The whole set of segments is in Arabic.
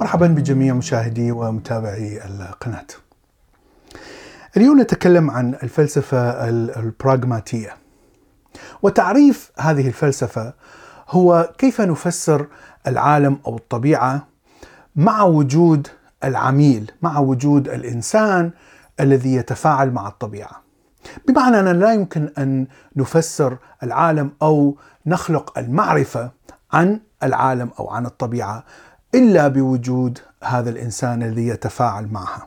مرحبا بجميع مشاهدي ومتابعي القناة. اليوم نتكلم عن الفلسفة البراغماتية، وتعريف هذه الفلسفة هو كيف نفسر العالم أو الطبيعة مع وجود العميل، مع وجود الإنسان الذي يتفاعل مع الطبيعة. بمعنى أننا لا يمكن أن نفسر العالم أو نخلق المعرفة عن العالم أو عن الطبيعة إلا بوجود هذا الإنسان الذي يتفاعل معها.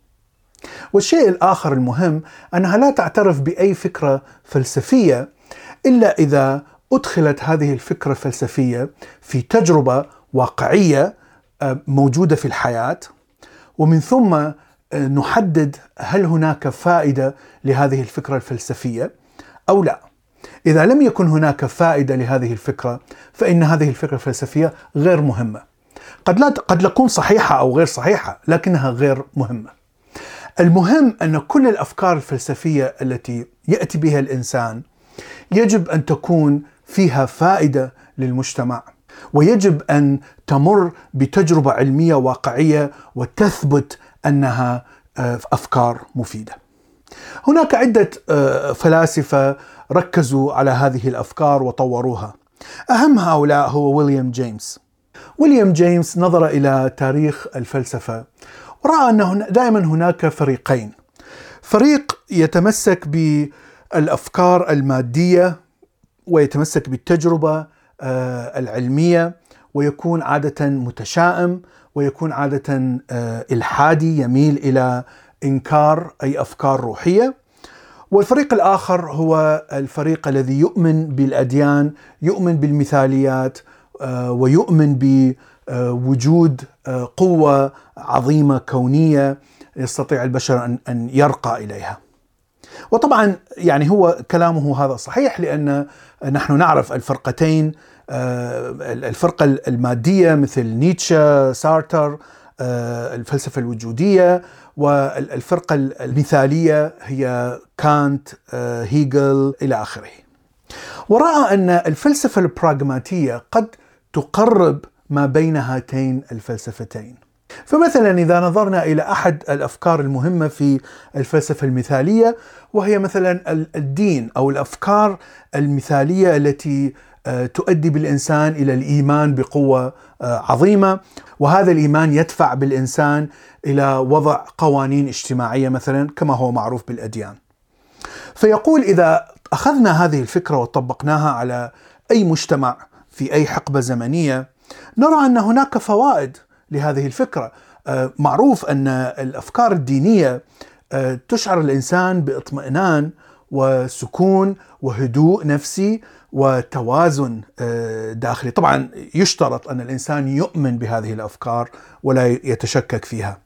والشيء الآخر المهم أنها لا تعترف بأي فكرة فلسفية إلا إذا أدخلت هذه الفكرة الفلسفية في تجربة واقعية موجودة في الحياة، ومن ثم نحدد هل هناك فائدة لهذه الفكرة الفلسفية أو لا. إذا لم يكن هناك فائدة لهذه الفكرة فإن هذه الفكرة الفلسفية غير مهمة. قد تكون صحيحة أو غير صحيحة، لكنها غير مهمة. المهم أن كل الأفكار الفلسفية التي يأتي بها الإنسان يجب أن تكون فيها فائدة للمجتمع، ويجب أن تمر بتجربة علمية واقعية وتثبت أنها أفكار مفيدة. هناك عدة فلاسفة ركزوا على هذه الأفكار وطوروها. أهم هؤلاء هو ويليام جيمس. ويليام جيمس نظر إلى تاريخ الفلسفة ورأى أنه دائما هناك فريقين: فريق يتمسك بالأفكار المادية ويتمسك بالتجربة العلمية، ويكون عادة متشائم، ويكون عادة إلحادي، يميل إلى إنكار أي أفكار روحية. والفريق الآخر هو الفريق الذي يؤمن بالأديان، يؤمن بالمثاليات، ويؤمن بوجود قوة عظيمة كونية يستطيع البشر أن يرقى إليها. وطبعا يعني هو كلامه هذا صحيح، لأن نحن نعرف الفرقتين: الفرقة المادية مثل نيتشه، سارتر، الفلسفة الوجودية، والفرقة المثالية هي كانت، هيجل إلى آخره. ورأى أن الفلسفة البراغماتية قد تقرب ما بين هاتين الفلسفتين. فمثلا إذا نظرنا إلى أحد الأفكار المهمة في الفلسفة المثالية، وهي مثلا الدين أو الأفكار المثالية التي تؤدي بالإنسان إلى الإيمان بقوة عظيمة، وهذا الإيمان يدفع بالإنسان إلى وضع قوانين اجتماعية مثلا كما هو معروف بالأديان. فيقول إذا أخذنا هذه الفكرة وطبقناها على أي مجتمع في أي حقبة زمنية، نرى أن هناك فوائد لهذه الفكرة. معروف أن الأفكار الدينية تشعر الإنسان باطمئنان وسكون وهدوء نفسي وتوازن داخلي. طبعا يشترط أن الإنسان يؤمن بهذه الأفكار ولا يتشكك فيها.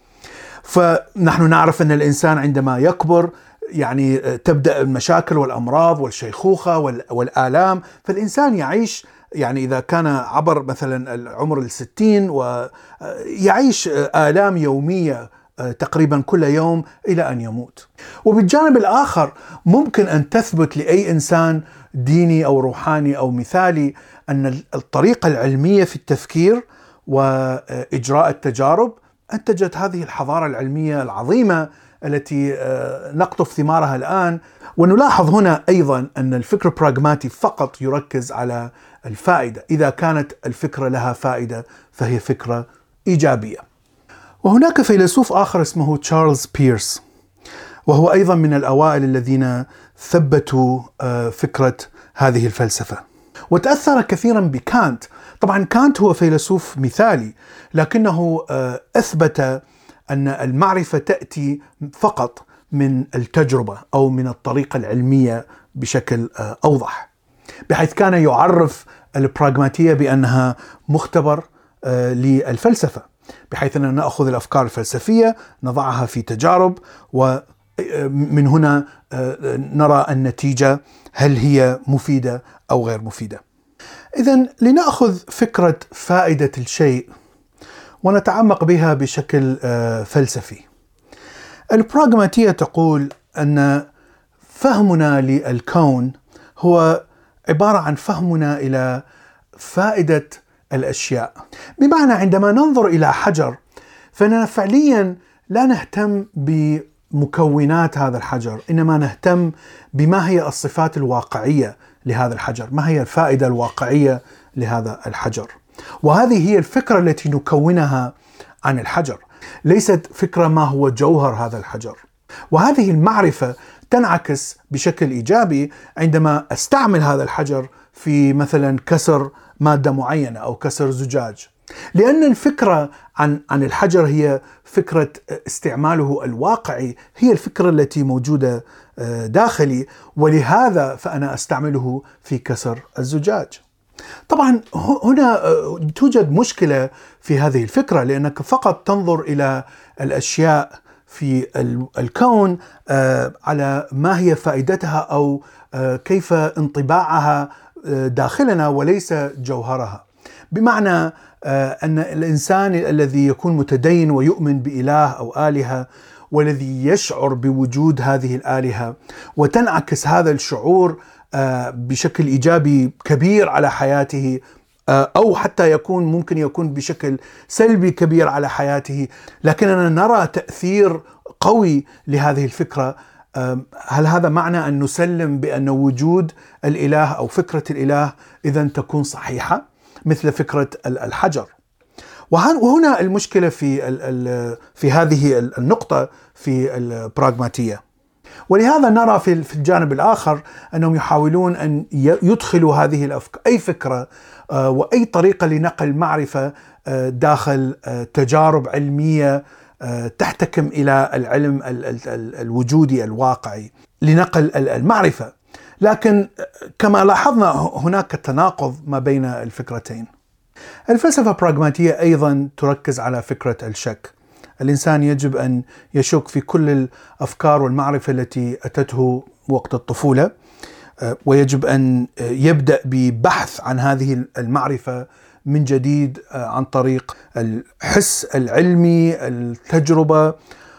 فنحن نعرف أن الإنسان عندما يكبر يعني تبدأ المشاكل والأمراض والشيخوخة والآلام، فالإنسان يعيش يعني إذا كان عبر مثلا العمر 60 ويعيش آلام يومية تقريبا كل يوم إلى أن يموت. وبالجانب الآخر ممكن أن تثبت لأي إنسان ديني أو روحاني أو مثالي أن الطريقة العلمية في التفكير وإجراء التجارب أنتجت هذه الحضارة العلمية العظيمة التي نقطف ثمارها الآن. ونلاحظ هنا أيضا أن الفكر البراغماتي فقط يركز على الفائدة. إذا كانت الفكرة لها فائدة فهي فكرة إيجابية. وهناك فيلسوف آخر اسمه تشارلز بيرس، وهو أيضا من الأوائل الذين ثبتوا فكرة هذه الفلسفة، وتأثر كثيرا بكانت. طبعا كانت هو فيلسوف مثالي، لكنه أثبت أن المعرفة تأتي فقط من التجربة أو من الطريقة العلمية بشكل أوضح، بحيث كان يعرف البراغماتية بأنها مختبر للفلسفة، بحيث أننا نأخذ الأفكار الفلسفية نضعها في تجارب، ومن هنا نرى النتيجة هل هي مفيدة أو غير مفيدة. إذن لنأخذ فكرة فائدة الشيء ونتعمق بها بشكل فلسفي. البراغماتية تقول أن فهمنا للكون هو عبارة عن فهمنا إلى فائدة الأشياء. بمعنى عندما ننظر إلى حجر فإننا فعليا لا نهتم بمكونات هذا الحجر، إنما نهتم بما هي الصفات الواقعية لهذا الحجر، ما هي الفائدة الواقعية لهذا الحجر. وهذه هي الفكرة التي نكونها عن الحجر، ليست فكرة ما هو جوهر هذا الحجر. وهذه المعرفة تنعكس بشكل إيجابي عندما أستعمل هذا الحجر في مثلا كسر مادة معينة أو كسر زجاج، لأن الفكرة عن الحجر هي فكرة استعماله الواقعي، هي الفكرة التي موجودة داخلي، ولهذا فأنا أستعمله في كسر الزجاج. طبعا هنا توجد مشكلة في هذه الفكرة، لأنك فقط تنظر إلى الأشياء في الكون على ما هي فائدتها أو كيف انطباعها داخلنا وليس جوهرها. بمعنى أن الإنسان الذي يكون متدين ويؤمن بإله أو آلهة والذي يشعر بوجود هذه الآلهة وتنعكس هذا الشعور بشكل إيجابي كبير على حياته، أو حتى ممكن يكون بشكل سلبي كبير على حياته، لكننا نرى تأثير قوي لهذه الفكرة. هل هذا معنى أن نسلم بأن وجود الإله أو فكرة الإله إذن تكون صحيحة مثل فكرة الحجر؟ وهنا المشكلة في هذه النقطة في البراغماتية. ولهذا نرى في الجانب الآخر أنهم يحاولون أن يدخلوا هذه أي فكرة وأي طريقة لنقل معرفة داخل تجارب علمية تحتكم إلى العلم الوجودي الواقعي لنقل المعرفة. لكن كما لاحظنا هناك تناقض ما بين الفكرتين. الفلسفة البراغماتية أيضا تركز على فكرة الشك. الإنسان يجب أن يشك في كل الأفكار والمعرفة التي أتته وقت الطفولة، ويجب أن يبدأ ببحث عن هذه المعرفة من جديد عن طريق الحس العلمي، التجربة.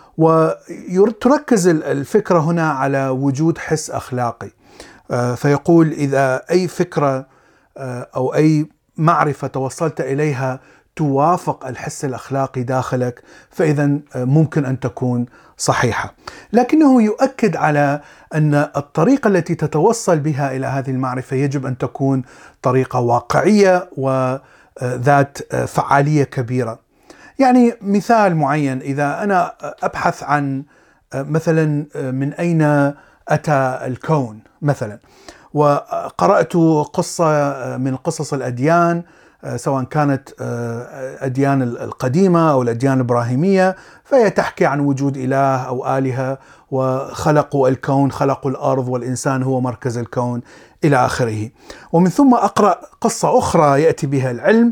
وتركز الفكرة هنا على وجود حس أخلاقي، فيقول إذا أي فكرة أو أي معرفة توصلت إليها توافق الحس الأخلاقي داخلك فإذا ممكن أن تكون صحيحة. لكنه يؤكد على أن الطريقة التي تتوصل بها إلى هذه المعرفة يجب أن تكون طريقة واقعية وذات فعالية كبيرة. يعني مثال معين، إذا أنا أبحث عن مثلا من أين أتى الكون مثلا، وقرأت قصة من قصص الأديان سواء كانت أديان القديمة أو الأديان الإبراهيمية، فهي تحكي عن وجود إله أو آلهة وخلقوا الكون، خلقوا الأرض والإنسان هو مركز الكون إلى آخره. ومن ثم أقرأ قصة أخرى يأتي بها العلم،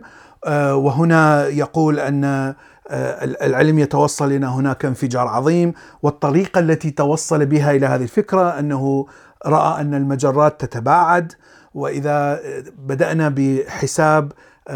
وهنا يقول أن العلم يتوصل إلى هناك انفجار عظيم، والطريقة التي توصل بها إلى هذه الفكرة أنه رأى أن المجرات تتباعد، وإذا بدأنا بحساب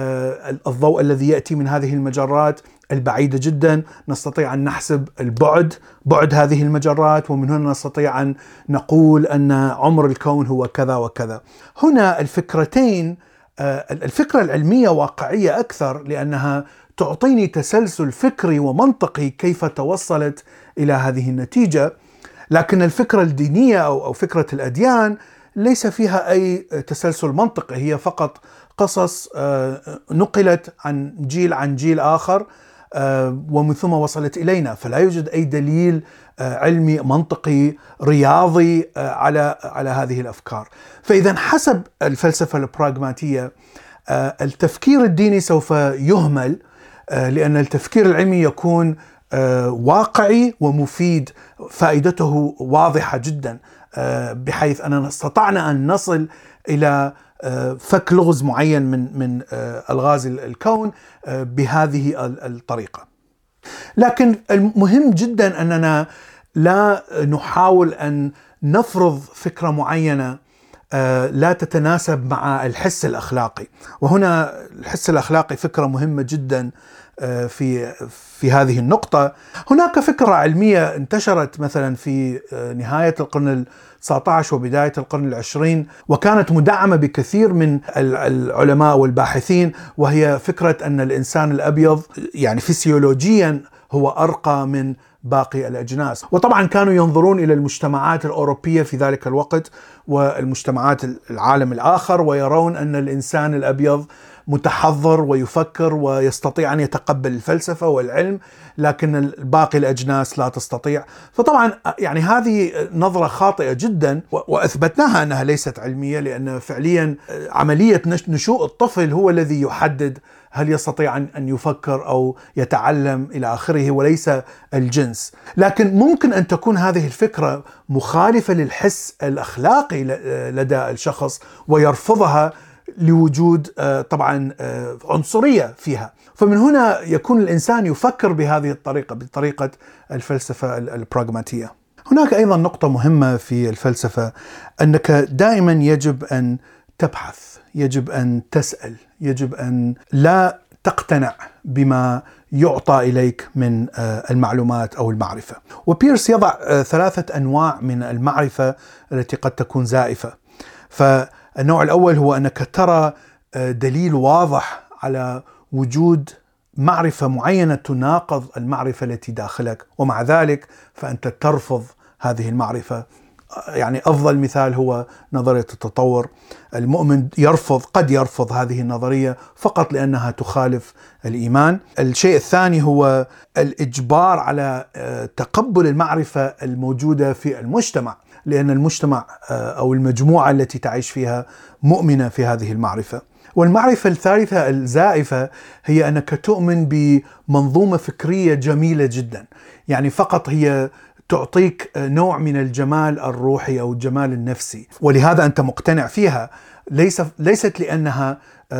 الضوء الذي يأتي من هذه المجرات البعيدة جدا نستطيع أن نحسب بعد هذه المجرات، ومن هنا نستطيع أن نقول أن عمر الكون هو كذا وكذا. هنا الفكرتين، الفكرة العلمية واقعية أكثر لأنها تعطيني تسلسل فكري ومنطقي كيف توصلت إلى هذه النتيجة، لكن الفكرة الدينية أو فكرة الأديان ليس فيها أي تسلسل منطقي، هي فقط قصص نقلت عن جيل آخر ومن ثم وصلت إلينا، فلا يوجد أي دليل علمي منطقي رياضي على هذه الأفكار. فإذا حسب الفلسفة البراغماتية التفكير الديني سوف يهمل، لأن التفكير العلمي يكون واقعي ومفيد، فائدته واضحة جدا، بحيث أننا استطعنا أن نصل إلى فك لغز معين من ألغاز الكون بهذه الطريقة. لكن المهم جدا أننا لا نحاول أن نفرض فكرة معينة لا تتناسب مع الحس الأخلاقي. وهنا الحس الأخلاقي فكرة مهمة جدا في هذه النقطة. هناك فكرة علمية انتشرت مثلا في نهاية القرن ال19 وبداية القرن ال20، وكانت مدعمة بكثير من العلماء والباحثين، وهي فكرة أن الإنسان الأبيض يعني فسيولوجيا هو أرقى من باقي الأجناس. وطبعا كانوا ينظرون إلى المجتمعات الأوروبية في ذلك الوقت والمجتمعات العالم الآخر، ويرون أن الإنسان الأبيض متحضر ويفكر ويستطيع أن يتقبل الفلسفة والعلم، لكن باقي الأجناس لا تستطيع. فطبعا يعني هذه نظرة خاطئة جدا، وأثبتناها أنها ليست علمية، لأن فعليا عملية نشوء الطفل هو الذي يحدد هل يستطيع أن يفكر أو يتعلم إلى آخره، وليس الجنس. لكن ممكن أن تكون هذه الفكرة مخالفة للحس الأخلاقي لدى الشخص ويرفضها لوجود طبعا عنصرية فيها. فمن هنا يكون الإنسان يفكر بهذه الطريقة، بطريقة الفلسفة البراغماتية. هناك أيضا نقطة مهمة في الفلسفة، أنك دائما يجب أن تبحث، يجب أن تسأل، يجب أن لا تقتنع بما يعطى إليك من المعلومات أو المعرفة. وبيرس يضع 3 أنواع من المعرفة التي قد تكون زائفة. فالنوع الأول هو أنك ترى دليل واضح على وجود معرفة معينة تناقض المعرفة التي داخلك، ومع ذلك فأنت ترفض هذه المعرفة. يعني أفضل مثال هو نظرية التطور. المؤمن قد يرفض هذه النظرية فقط لأنها تخالف الإيمان. الشيء الثاني هو الإجبار على تقبل المعرفة الموجودة في المجتمع، لأن المجتمع أو المجموعة التي تعيش فيها مؤمنة في هذه المعرفة. والمعرفة الثالثة الزائفة هي أنك تؤمن بمنظومة فكرية جميلة جدا، يعني فقط هي تعطيك نوع من الجمال الروحي أو الجمال النفسي، ولهذا أنت مقتنع فيها، ليست لأنها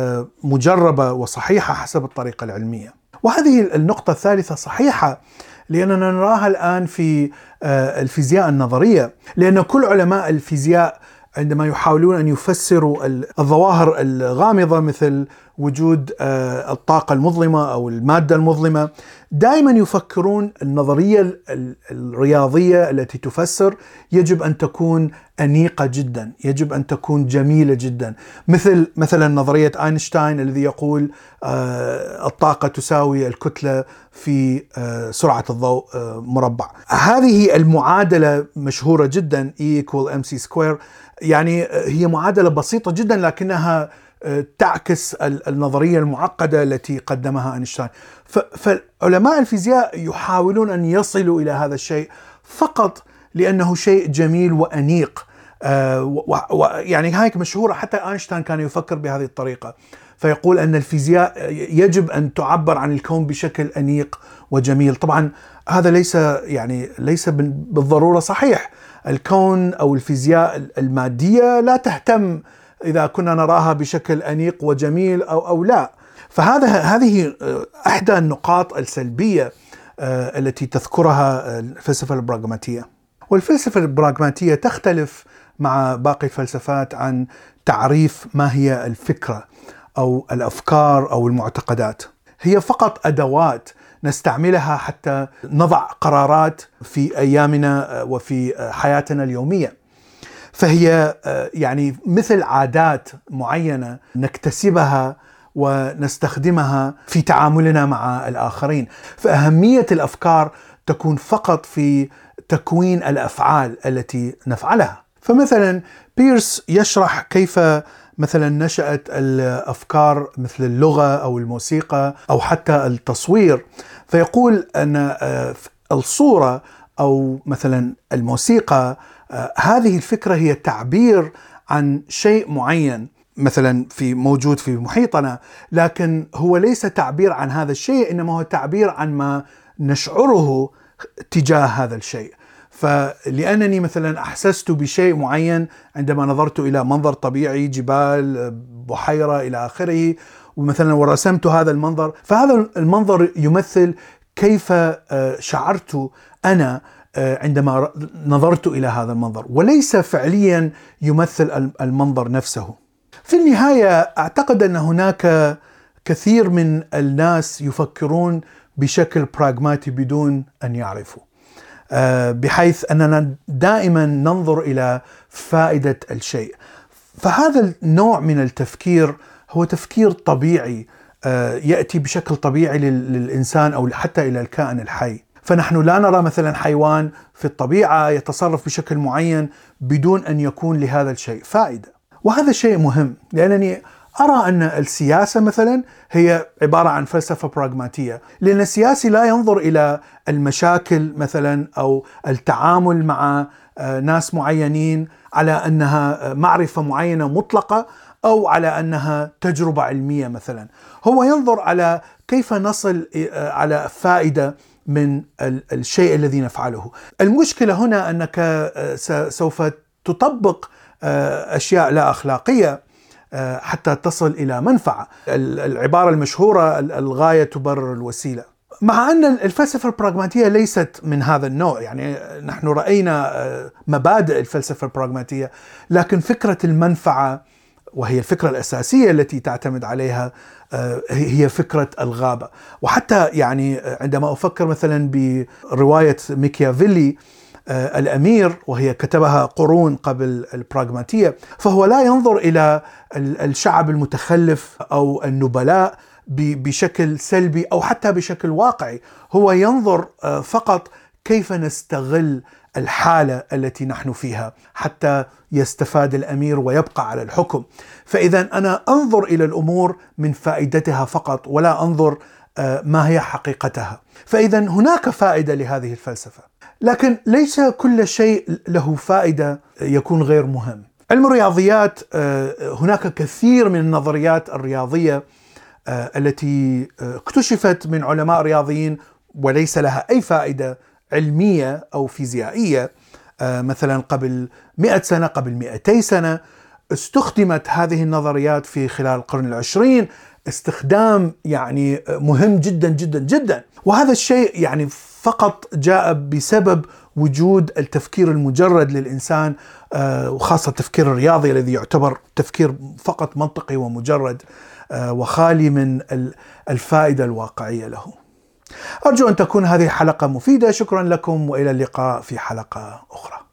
مجربة وصحيحة حسب الطريقة العلمية. وهذه النقطة الثالثة صحيحة، لأننا نراها الآن في الفيزياء النظرية، لأن كل علماء الفيزياء عندما يحاولون أن يفسروا الظواهر الغامضة مثل وجود الطاقة المظلمة أو المادة المظلمة، دائما يفكرون النظرية الرياضية التي تفسر يجب أن تكون أنيقة جدا، يجب أن تكون جميلة جدا، مثلا نظرية أينشتاين الذي يقول الطاقة تساوي الكتلة في سرعة الضوء مربع. هذه المعادلة مشهورة جدا E = mc²، يعني هي معادلة بسيطة جدا لكنها تعكس النظرية المعقدة التي قدمها أينشتاين. فعلماء الفيزياء يحاولون أن يصلوا إلى هذا الشيء فقط لأنه شيء جميل وأنيق. يعني هاي مشهورة، حتى أينشتاين كان يفكر بهذه الطريقة، فيقول أن الفيزياء يجب أن تعبر عن الكون بشكل أنيق وجميل. طبعا هذا ليس بالضرورة صحيح. الكون أو الفيزياء المادية لا تهتم إذا كنا نراها بشكل أنيق وجميل أو لا. هذه أحدى النقاط السلبية التي تذكرها الفلسفة البراغماتية. والفلسفة البراغماتية تختلف مع باقي الفلسفات عن تعريف ما هي الفكرة أو الأفكار أو المعتقدات. هي فقط أدوات نستعملها حتى نضع قرارات في أيامنا وفي حياتنا اليومية. فهي يعني مثل عادات معينة نكتسبها ونستخدمها في تعاملنا مع الآخرين. فأهمية الأفكار تكون فقط في تكوين الأفعال التي نفعلها. فمثلا بيرس يشرح كيف مثلا نشأت الأفكار مثل اللغة أو الموسيقى أو حتى التصوير. فيقول أن الصورة أو مثلا الموسيقى، هذه الفكرة هي تعبير عن شيء معين مثلا موجود في محيطنا، لكن هو ليس تعبير عن هذا الشيء، إنما هو تعبير عن ما نشعره تجاه هذا الشيء. فلأنني مثلا أحسست بشيء معين عندما نظرت إلى منظر طبيعي، جبال، بحيرة إلى آخره، ومثلا ورسمت هذا المنظر، فهذا المنظر يمثل كيف شعرت أنا عندما نظرت إلى هذا المنظر، وليس فعليا يمثل المنظر نفسه. في النهاية أعتقد أن هناك كثير من الناس يفكرون بشكل براغماتي بدون أن يعرفوا، بحيث أننا دائما ننظر إلى فائدة الشيء. فهذا النوع من التفكير هو تفكير طبيعي، يأتي بشكل طبيعي للإنسان أو حتى إلى الكائن الحي. فنحن لا نرى مثلا حيوان في الطبيعة يتصرف بشكل معين بدون أن يكون لهذا الشيء فائدة. وهذا شيء مهم، لأنني أرى أن السياسة مثلا هي عبارة عن فلسفة براغماتية، لأن السياسي لا ينظر إلى المشاكل مثلا أو التعامل مع ناس معينين على أنها معرفة معينة مطلقة أو على أنها تجربة علمية مثلا. هو ينظر على كيف نصل على فائدة من الشيء الذي نفعله. المشكلة هنا أنك سوف تطبق أشياء لا أخلاقية حتى تصل إلى منفعة. العبارة المشهورة الغاية تبرر الوسيلة، مع أن الفلسفة البراغماتية ليست من هذا النوع. يعني نحن رأينا مبادئ الفلسفة البراغماتية، لكن فكرة المنفعة وهي الفكرة الأساسية التي تعتمد عليها هي فكرة الغابة. وحتى يعني عندما أفكر مثلا برواية ميكيافيلي الأمير، وهي كتبها قرون قبل البراغماتية، فهو لا ينظر إلى الشعب المتخلف أو النبلاء بشكل سلبي أو حتى بشكل واقعي. هو ينظر فقط كيف نستغل الحالة التي نحن فيها حتى يستفاد الأمير ويبقى على الحكم. فإذا أنا أنظر إلى الأمور من فائدتها فقط، ولا أنظر ما هي حقيقتها. فإذا هناك فائدة لهذه الفلسفة، لكن ليس كل شيء له فائدة يكون غير مهم. علم الرياضيات، هناك كثير من النظريات الرياضية التي اكتشفت من علماء رياضيين وليس لها أي فائدة علمية أو فيزيائية. مثلا قبل 100 سنة، قبل 200 سنة استخدمت هذه النظريات في خلال القرن العشرين استخدام يعني مهم جدا جدا جدا. وهذا الشيء يعني فقط جاء بسبب وجود التفكير المجرد للإنسان، وخاصة التفكير الرياضي الذي يعتبر تفكير فقط منطقي ومجرد وخالي من الفائدة الواقعية له. أرجو أن تكون هذه حلقة مفيدة. شكرا لكم، وإلى اللقاء في حلقة أخرى.